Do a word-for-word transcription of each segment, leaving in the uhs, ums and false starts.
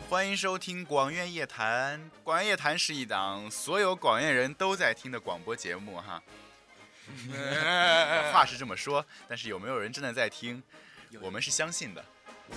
欢迎收听广院夜谈。广院夜谈是一档所有广院人都在听的广播节目哈。话是这么说，但是有没有人真的在听，我们是相信的。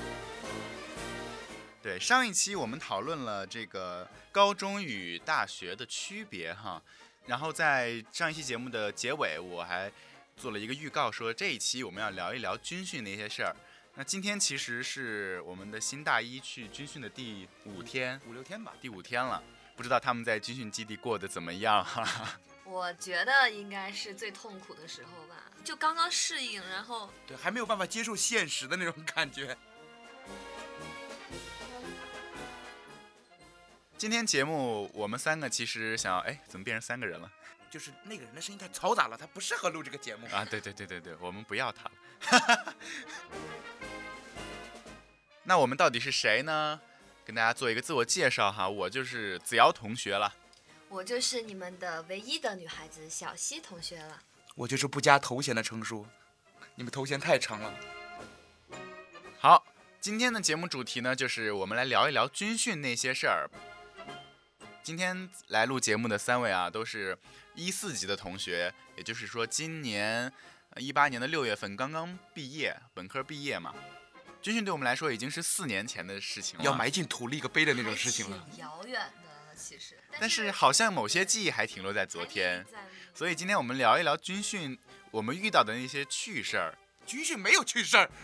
对，上一期我们讨论了这个高中与大学的区别哈，然后在上一期节目的结尾，我还做了一个预告，说这一期我们要聊一聊军训的一些事儿。那今天其实是我们的新大一去军训的第五天， 五六天吧， 第五天了，不知道他们在军训基地过得怎么样哈。 我觉得应该是最痛苦的时候吧，就刚刚适应，然后对，还没有办法接受现实的那种感觉。 今天节目我们三个其实想要，哎，怎么变成三个人了？ 就是那个人的声音太嘈杂了，他不适合录这个节目啊！对对对对对，我们不要他了。那我们到底是谁呢？跟大家做一个自我介绍哈，我就是子瑶同学了。 我就是你们的唯一的女孩子小西同学了。 我就是不加头衔的称书，你们头衔太长了。 好，今天的节目主题呢，就是我们来聊一聊军训那些事儿。今天来录节目的三位啊，都是一四级的同学，也就是说今年一八年的六月份刚刚毕业，本科毕业嘛。军训对我们来说已经是四年前的事情了， 要埋进土里个碑的那种事情了， 挺遥远的其实。 但是好像某些记忆还停留在昨天，所以今天我们聊一聊军训我们遇到的那些趣事儿。 军训没有趣事儿。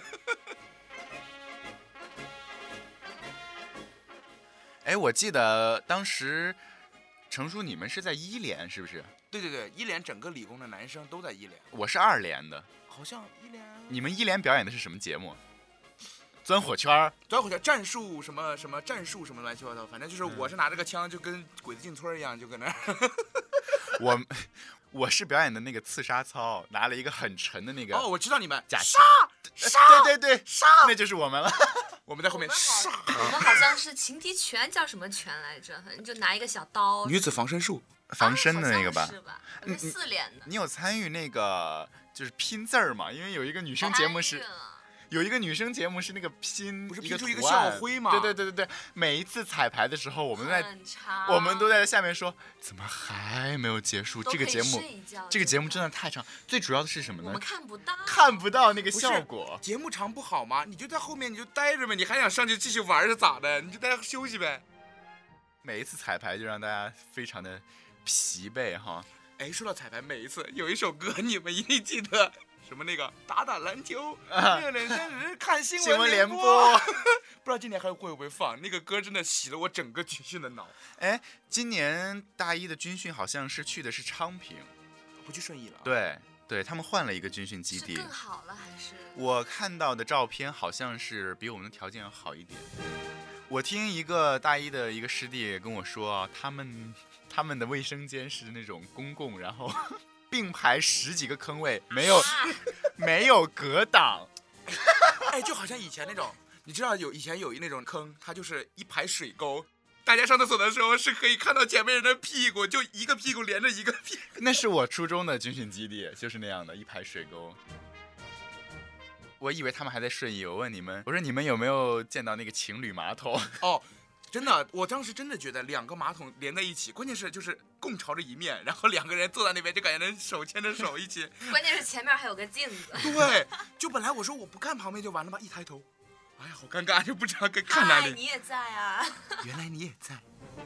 哎，我记得当时程叔你们是在一连是不是？ 对对对，一连整个理工的男生都在一连。 我是二连的。 好像一连。 你们一连表演的是什么节目？钻火圈？ 钻火圈，战术什么什么战术什么乱七八糟，反正就是我是拿着个枪就跟鬼子进村一样，就搁那儿。 我我是表演的那个刺杀操，拿了一个很沉的那个。 哦，我知道你们甲杀杀， 对对对， 杀， 那就是我们了。 我们在后面杀。 我们好像是情敌拳，叫什么拳来着？反正就拿一个小刀。 女子防身术， 防身的那个吧？ 啊、是吧？我是四连的。 你有参与那个就是拼字儿吗？因为有一个女生节目是。有一个女生节目是那个拼， 不是拼出一个校徽吗？ 对对对对对，每一次彩排的时候，我们在我们都在下面说，怎么还没有结束？这个节目，这个节目真的太长。最主要的是什么呢？ 我们看不到， 看不到那个效果。 节目长不好吗？你就在后面你就待着呗，你还想上去继续玩是咋的？你就在那休息呗。 每一次彩排就让大家非常的疲惫哈。 哎，说到彩排，每一次有一首歌你们一定记得。什么那个打打篮球，热脸真人看新闻联播，不知道今年还会不会放？那个歌真的洗了我整个军训的脑。 哎，今年大一的军训好像是去的是昌平， 不去顺义了。 对对，他们换了一个军训基地， 是更好了还是？ 我看到的照片好像是比我们的条件要好一点。我听一个大一的一个师弟跟我说，他们他们的卫生间是那种公共，然后。并排十几个坑位，没有、啊、没有隔挡。 哎，就好像以前那种，你知道有以前有一那种坑，它就是一排水沟，大家上厕所的时候是可以看到前面人的屁股，就一个屁股连着一个屁股。 那是我初中的军训基地，就是那样的一排水沟。我以为他们还在顺义，我问你们，我说你们有没有见到那个情侣马桶？ 哦。真的，我当时真的觉得两个马桶连在一起，关键是就是共朝着一面，然后两个人坐在那边，就感觉能手牵着手一起。 关键是前面还有个镜子。 对，就本来我说我不看旁边就完了吧，一抬头，哎呀，好尴尬，就不知道该看哪里。 你也在啊？ 原来你也在。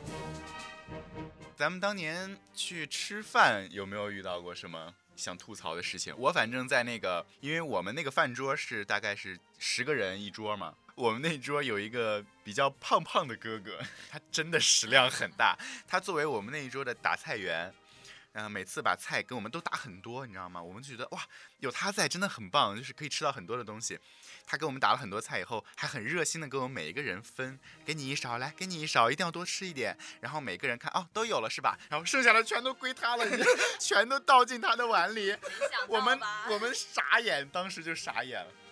咱们当年去吃饭有没有遇到过什么想吐槽的事情？我反正在那个，因为我们那个饭桌是大概是十个人一桌嘛。我们那桌有一个比较胖胖的哥哥，他真的食量很大。他作为我们那一桌的打菜员，然后每次把菜跟我们都打很多，你知道吗？我们就觉得哇，有他在真的很棒，就是可以吃到很多的东西。他给我们打了很多菜以后，还很热心的给我们每一个人分，给你一勺，来，给你一勺，一定要多吃一点。然后每个人看，哦，都有了是吧？然后剩下的全都归他了，全都倒进他的碗里。我们我们傻眼，当时就傻眼了。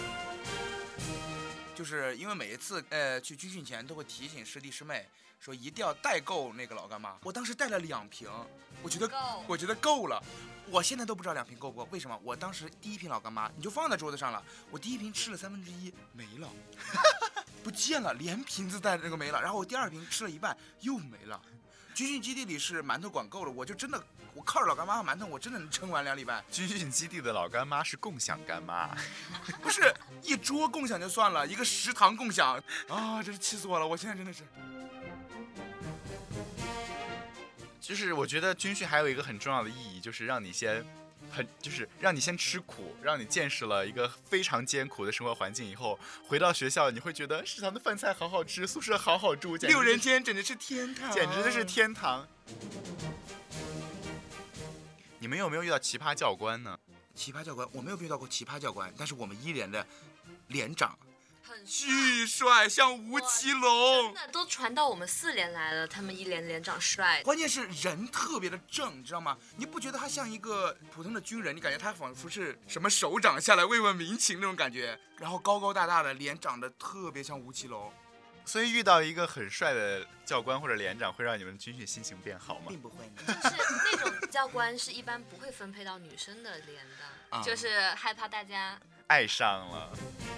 就是因为每一次呃去军训前都会提醒师弟师妹说一定要带够那个老干妈。我当时带了两瓶，我觉得我觉得够了。我现在都不知道两瓶够不够，为什么？我当时第一瓶老干妈你就放在桌子上了，我第一瓶吃了三分之一没了。 不见了，连瓶子带的那个没了。然后我第二瓶吃了一半又没了。军训基地里是馒头管够了，我就真的我靠着老干妈和馒头，我真的能撑完两礼拜。 军训基地的老干妈是共享干妈， 不是一桌共享就算了，一个食堂共享啊，真是气死我了！我现在真的是。 就是我觉得军训还有一个很重要的意义，就是让你先。很就是让你先吃苦，让你见识了一个非常艰苦的生活环境以后，回到学校你会觉得食堂的饭菜好好吃，宿舍好好住， 六人间简直是天堂， 简直就是天堂。你们有没有遇到奇葩教官呢？ 奇葩教官我没有遇到过奇葩教官，但是我们一连的连长很巨帅，像吴奇隆， 真的都传到我们四连来了，他们一连连长帅。 关键是人特别的正，你知道吗？你不觉得他像一个普通的军人，你感觉他仿佛是什么首长下来慰问民情那种感觉，然后高高大大的，脸长得特别像吴奇隆。 所以遇到一个很帅的教官或者连长，会让你们军训心情变好吗？ 并不会呢， 就是那种教官是一般不会分配到女生的连的，啊、就是害怕大家爱上了。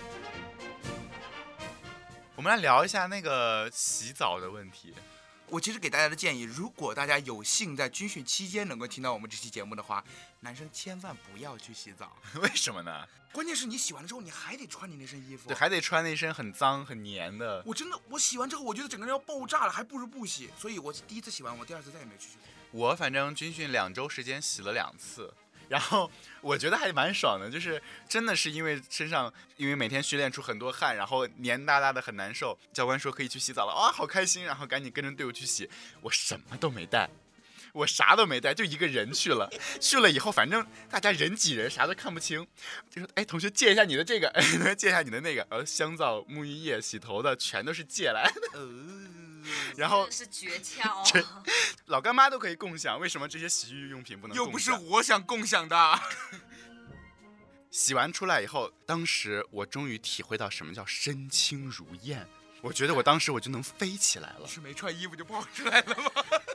我们来聊一下那个洗澡的问题。 我其实给大家的建议，如果大家有幸在军训期间能够听到我们这期节目的话，男生千万不要去洗澡。 为什么呢？ 关键是你洗完了之后，你还得穿你那身衣服， 对，还得穿那身很脏很黏的。 我真的，我洗完之后，我觉得整个人要爆炸了，还不如不洗。所以我第一次洗完，我第二次再也没有去洗。 我反正军训两周时间洗了两次。然后我觉得还蛮爽的，就是真的是因为身上因为每天训练出很多汗，然后黏哒哒的很难受。教官说可以去洗澡了，啊，好开心！然后赶紧跟着队伍去洗。我什么都没带，我啥都没带，就一个人去了。去了以后，反正大家人挤人，啥都看不清。就说哎，同学借一下你的这个，哎，借一下你的那个。然后香皂、沐浴液、洗头的全都是借来的。然后是诀窍， 老干妈都可以共享，为什么这些洗浴用品不能共享？ 又不是我想共享的。 洗完出来以后，当时我终于体会到什么叫身轻如燕。我觉得我当时我就能飞起来了。 是没穿衣服就跑出来了吗？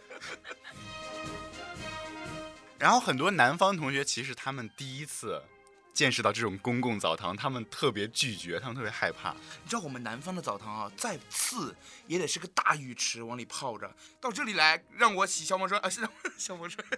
然后很多南方同学其实他们第一次见识到这种公共澡堂，他们特别拒绝，他们特别害怕。 你知道我们南方的澡堂啊，再次也得是个大浴池往里泡着。到这里来让我洗消防栓啊，是消防栓。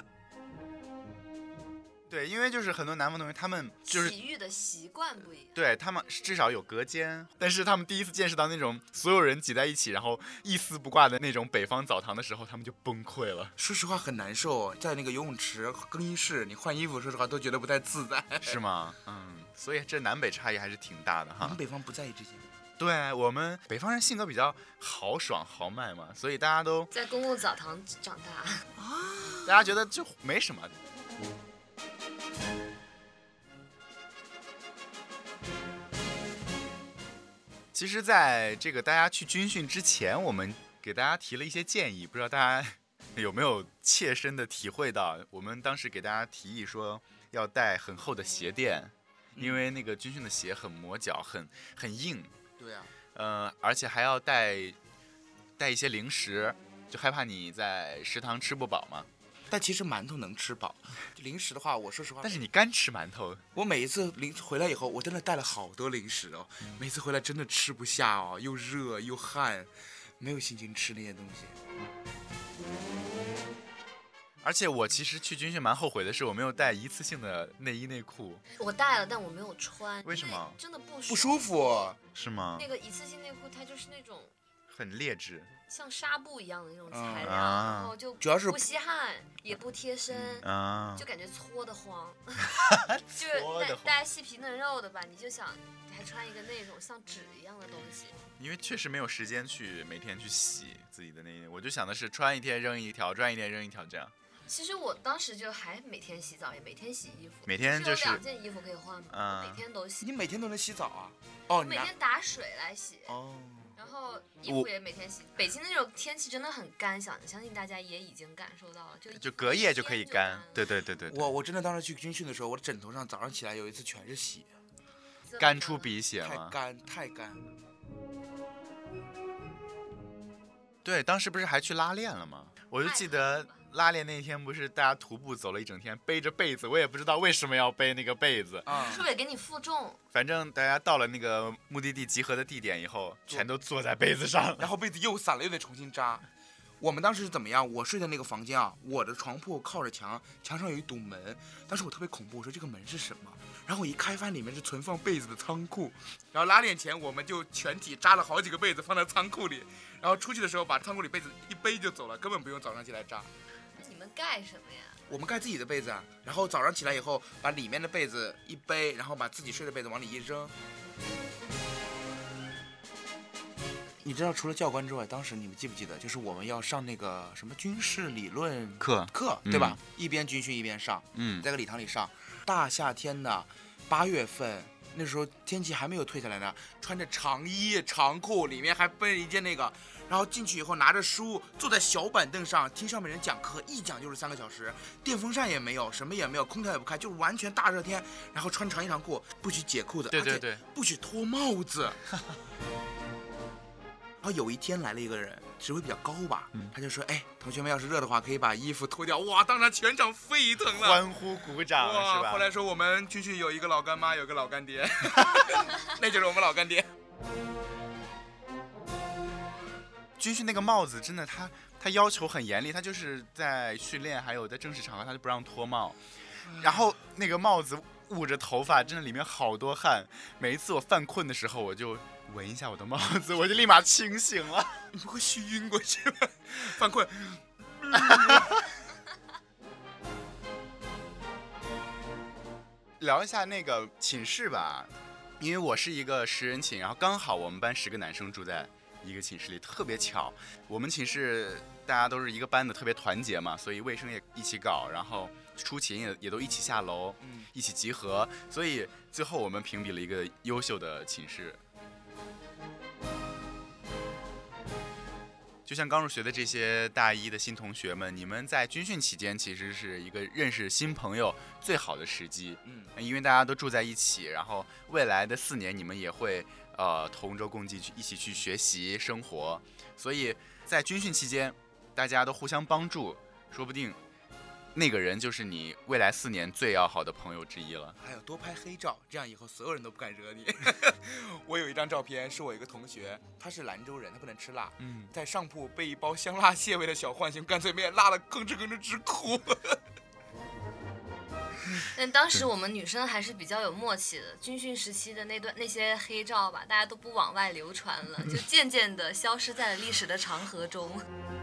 对，因为就是很多南方同学他们就是洗浴的习惯不一样， 对他们至少有隔间，但是他们第一次见识到那种所有人挤在一起，然后一丝不挂的那种北方澡堂的时候，他们就崩溃了。 说实话很难受，在那个游泳池、更衣室，你换衣服，说实话都觉得不太自在。 是吗？嗯，所以这南北差异还是挺大的哈。 我们北方不在意这些。 对，我们北方人性格比较豪爽豪迈嘛，所以大家都在公共澡堂长大啊， 大家觉得就没什么。其实在这个大家去军训之前，我们给大家提了一些建议，不知道大家有没有切身的体会到。我们当时给大家提议说要带很厚的鞋垫，因为那个军训的鞋很磨脚，很很硬。 对啊， 呃，而且还要带带一些零食，就害怕你在食堂吃不饱嘛。 但其实馒头能吃饱，零食的话，我说实话， 但是你干吃馒头。我每一次零回来以后，我真的带了好多零食哦，嗯、每次回来真的吃不下哦，又热又汗，没有心情吃那些东西。 而且我其实去军训蛮后悔的是，我没有带一次性的内衣内裤。 我带了，但我没有穿。 为什么？ 真的不舒服。 不舒服是吗？ 那个一次性内裤它就是那种很劣质。像纱布一样的那种材料，嗯啊、然后就主要是不吸汗，也不贴身， 啊、 就感觉搓得慌。就是带带细皮嫩肉的吧，你就想还穿一个那种像纸一样的东西。 因为确实没有时间去每天去洗自己的内衣，我就想的是穿一天扔一条，穿一天扔一条这样。 其实我当时就还每天洗澡，也每天洗衣服， 每天就是有两件衣服可以换嘛，嗯、每天都洗。 你每天都能洗澡啊？哦， 每天打水来洗。 哦。 然后衣服也每天洗。北京的那种天气真的很干，想相信大家也已经感受到了，就就隔夜就可以干。对对对对对。 我我真的当时去军训的时候，我的枕头上早上起来有一次全是血， 干出鼻血吗？ 太干太干。 对，当时不是还去拉练了吗？我就记得拉练那天不是大家徒步走了一整天，背着被子，我也不知道为什么要背那个被子啊，是不是给你负重？ 反正大家到了那个目的地集合的地点以后，全都坐在被子上， 然后被子又散了，又得重新扎。我们当时是怎么样？我睡的那个房间啊，我的床铺靠着墙，墙上有一堵门。当时我特别恐怖，我说这个门是什么？然后我一开翻，里面是存放被子的仓库。然后拉练前，我们就全体扎了好几个被子放在仓库里，然后出去的时候把仓库里被子一背就走了，根本不用早上起来扎。 你们盖什么呀？ 我们盖自己的被子啊，然后早上起来以后把里面的被子一背，然后把自己睡的被子往里一扔。你知道除了教官之外，当时你们记不记得，就是我们要上那个什么军事理论课课，对吧？嗯、一边军训一边上，嗯，在个礼堂里上。大夏天的八月份，那时候天气还没有退下来呢，穿着长衣长裤，里面还背一件那个，然后进去以后拿着书，坐在小板凳上听上面人讲课，一讲就是三个小时，电风扇也没有，什么也没有，空调也不开，就是完全大热天，然后穿长衣长裤，不许解裤子， 对对对， 不许脱帽子。然后有一天来了一个人，职位比较高吧，嗯、他就说：“哎，同学们要是热的话，可以把衣服脱掉。”哇，当然全场沸腾了， 欢呼鼓掌， 哇， 是吧？ 后来说我们军训有一个老干妈，有个老干爹，那就是我们老干爹。 军训那个帽子真的他，他他要求很严厉，他就是在训练还有在正式场合他就不让脱帽，然后那个帽子捂着头发，真的里面好多汗。每一次我犯困的时候，我就闻一下我的帽子，我就立马清醒了。 你不会虚晕过去吗？犯困。 聊一下那个寝室吧，因为我是一个十人寝，然后刚好我们班十个男生住在一个寝室里，特别巧。我们寝室大家都是一个班的，特别团结嘛，所以卫生也一起搞，然后出勤也也都一起下楼，嗯，一起集合，所以最后我们评比了一个优秀的寝室。就像刚入学的这些大一的新同学们，你们在军训期间其实是一个认识新朋友最好的时机，嗯，因为大家都住在一起，然后未来的四年你们也会呃同舟共济，一起去学习生活，所以在军训期间大家都互相帮助，说不定那个人就是你未来四年最要好的朋友之一了。 还有多拍黑照，这样以后所有人都不敢惹你。我有一张照片，是我一个同学，他是兰州人，他不能吃辣，嗯，在上铺被一包香辣蟹味的小浣熊干脆面辣得吭哧吭哧直哭。 但当时我们女生还是比较有默契的，军训时期的那段那些黑照吧，大家都不往外流传了，就渐渐的消失在了历史的长河中。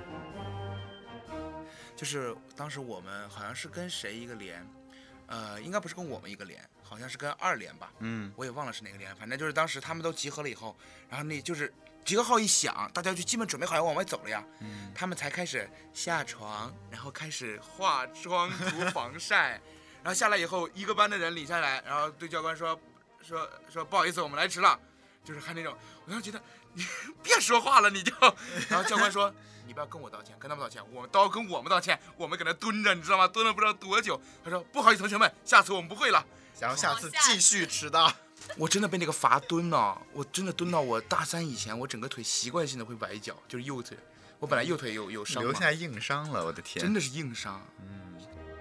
就是当时我们好像是跟谁一个连，呃，应该不是跟我们一个连，好像是跟二连吧，嗯，我也忘了是哪个连，反正就是当时他们都集合了以后，然后那就是集合号一响，大家就基本准备好要往外走了呀，嗯，他们才开始下床，然后开始化妆涂防晒，然后下来以后一个班的人领下来，然后对教官说说说不好意思，我们来迟了，就是还那种，我当时觉得你别说话了你就，然后教官说。你不要跟我道歉，跟他们道歉，我们都要跟我们道歉。我们搁那蹲着，你知道吗？蹲了不知道多久。他说不好意思，同学们，下次我们不会了。 然后下次继续迟到。 我真的被那个罚蹲了，我真的蹲到我大三以前，我整个腿习惯性的会崴脚，就是右腿。我本来右腿有有伤， 留下硬伤了，我的天， 真的是硬伤。嗯。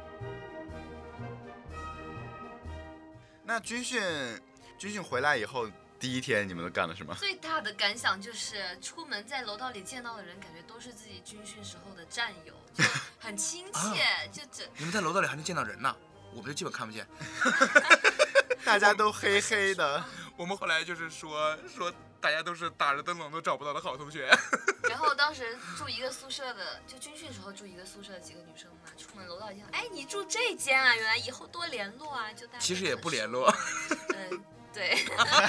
那军训，军训回来以后。第一天你们都干了什么？ 最大的感想就是出门在楼道里见到的人，感觉都是自己军训时候的战友，就很亲切。啊、就这， 你们在楼道里还能见到人呢，我们就基本看不见。 大家都黑黑的。 我们后来就是说说，大家都是打着灯笼都找不到的好同学。 然后当时住一个宿舍的，就军训时候住一个宿舍的几个女生嘛，出门楼道一见，哎，你住这间啊？原来以后多联络啊，就大家其实也不联络。 嗯。对，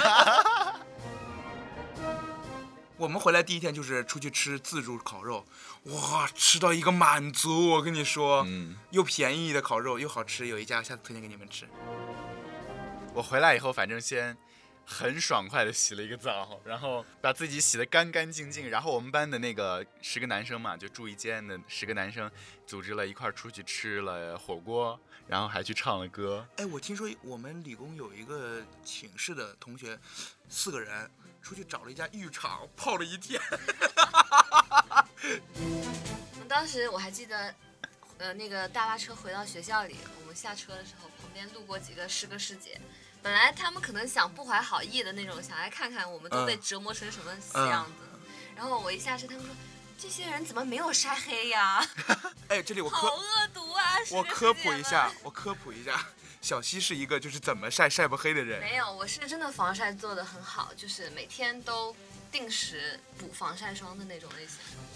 我们回来第一天就是出去吃自助烤肉，哇，吃到一个满足，我跟你说，嗯，又便宜的烤肉又好吃，有一家下次推荐给你们吃。 我回来以后，反正先很爽快的洗了一个澡，然后把自己洗得干干净净，然后我们班的那个十个男生嘛，就住一间的十个男生，组织了一块出去吃了火锅。然后还去唱了歌。 哎，我听说我们理工有一个寝室的同学，四个人出去找了一家浴场，泡了一天。 当时我还记得， 呃那个大巴车回到学校里，我们下车的时候，旁边路过几个师哥师姐，本来他们可能想不怀好意的那种，想来看看我们都被折磨成什么死样子。嗯、然后我一下车，他们说这些人怎么没有晒黑呀？ 哎，这里我科好恶毒啊！ 我科普一下，我科普一下。小西是一个就是怎么晒晒不黑的人。 没有，我是真的防晒做得很好，就是每天都定时补防晒霜的那种类型。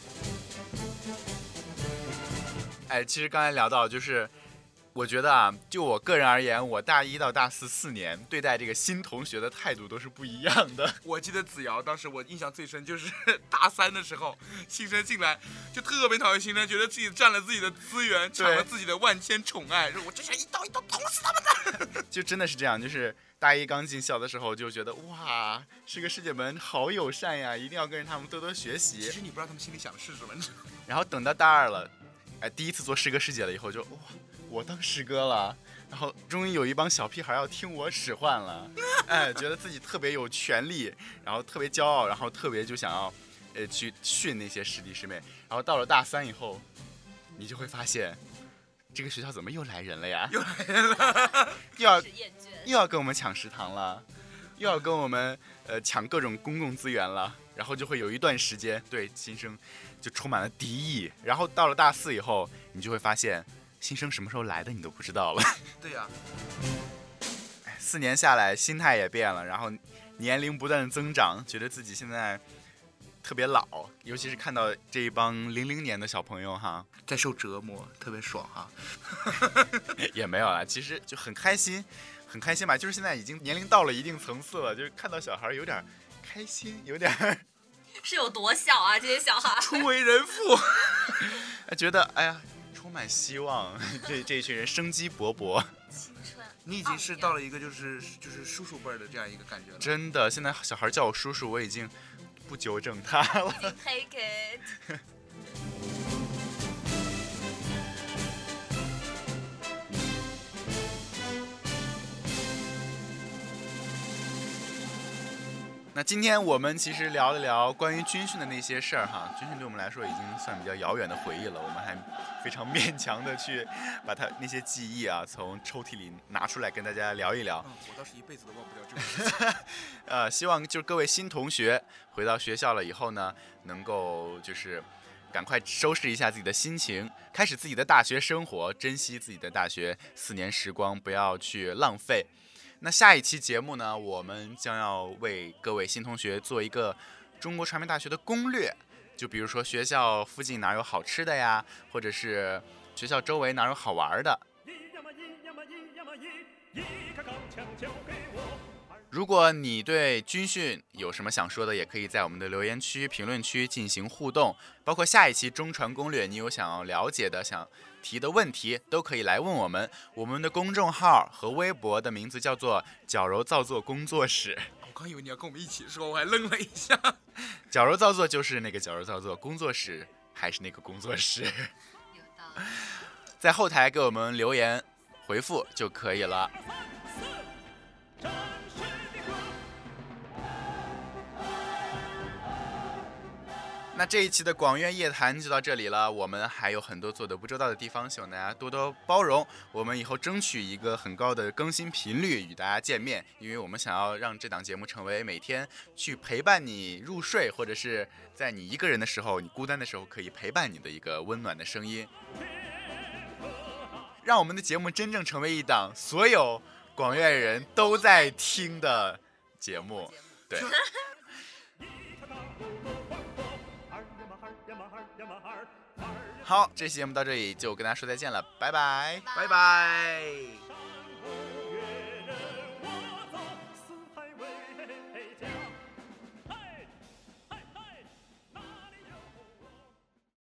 哎，其实刚才聊到，就是我觉得啊，就我个人而言，我大一到大四四年对待这个新同学的态度都是不一样的。 我记得子瑶当时我印象最深，就是大三的时候，新生进来就特别讨厌新生，觉得自己占了自己的资源，抢了自己的万千宠爱，说我就想一刀一刀捅死他们的。 就真的是这样，就是大一刚进校的时候就觉得哇，师哥师姐们好友善呀，一定要跟着他们多多学习。 其实你不知道他们心里想的是什么。 然后等到大二了，哎，第一次做师哥师姐了以后就哇，我当师哥了，然后终于有一帮小屁孩要听我使唤了，哎，觉得自己特别有权利，然后特别骄傲，然后特别就想要，呃，去训那些师弟师妹。然后到了大三以后，你就会发现，这个学校怎么又来人了呀？ 又来人了， 又要又要跟我们抢食堂了，又要跟我们呃抢各种公共资源了，然后就会有一段时间对新生就充满了敌意。然后到了大四以后，你就会发现。新生什么时候来的你都不知道了。 对呀、 啊，四年下来心态也变了，然后年龄不断的增长，觉得自己现在特别老，尤其是看到这一帮零零年的小朋友哈， 在受折磨，特别爽哈。 也没有啦，其实就很开心，很开心吧，就是现在已经年龄到了一定层次了，就是看到小孩有点开心，有点是有多小啊这些小孩？ 初为人父， 觉得哎呀。充满希望，这这一群人生机勃勃。 青春， 你已经是到了一个就是就是叔叔辈儿的这样一个感觉了。 真的，现在小孩叫我叔叔，我已经不纠正他了。 已经 take it。 那今天我们其实聊了聊关于军训的那些事儿哈，军训对我们来说已经算比较遥远的回忆了，我们还非常勉强的去把它那些记忆啊从抽屉里拿出来跟大家聊一聊。 嗯，我倒是一辈子都忘不了这个事情。 呃，希望就是各位新同学回到学校了以后呢，能够就是赶快收拾一下自己的心情，开始自己的大学生活，珍惜自己的大学四年时光，不要去浪费。那下一期节目呢，我们将要为各位新同学做一个中国传媒大学的攻略，就比如说学校附近哪有好吃的呀，或者是学校周围哪有好玩的。如果你对军训有什么想说的，也可以在我们的留言区、评论区进行互动，包括下一期中传攻略，你有想要了解的、想提的问题，都可以来问我们。我们的公众号和微博的名字叫做矫揉造作工作室。 我刚以为你要跟我们一起说，我还愣了一下。 矫揉造作就是那个矫揉造作，工作室还是那个工作室。 有道理。 在后台给我们留言回复就可以了。那这一期的广院夜谈就到这里了，我们还有很多做的不周到的地方，希望大家多多包容。我们以后争取一个很高的更新频率与大家见面，因为我们想要让这档节目成为每天去陪伴你入睡，或者是在你一个人的时候、你孤单的时候可以陪伴你的一个温暖的声音，让我们的节目真正成为一档所有广院人都在听的节目。对。好，这期节目到这里就跟大家说再见了，拜拜， 拜拜。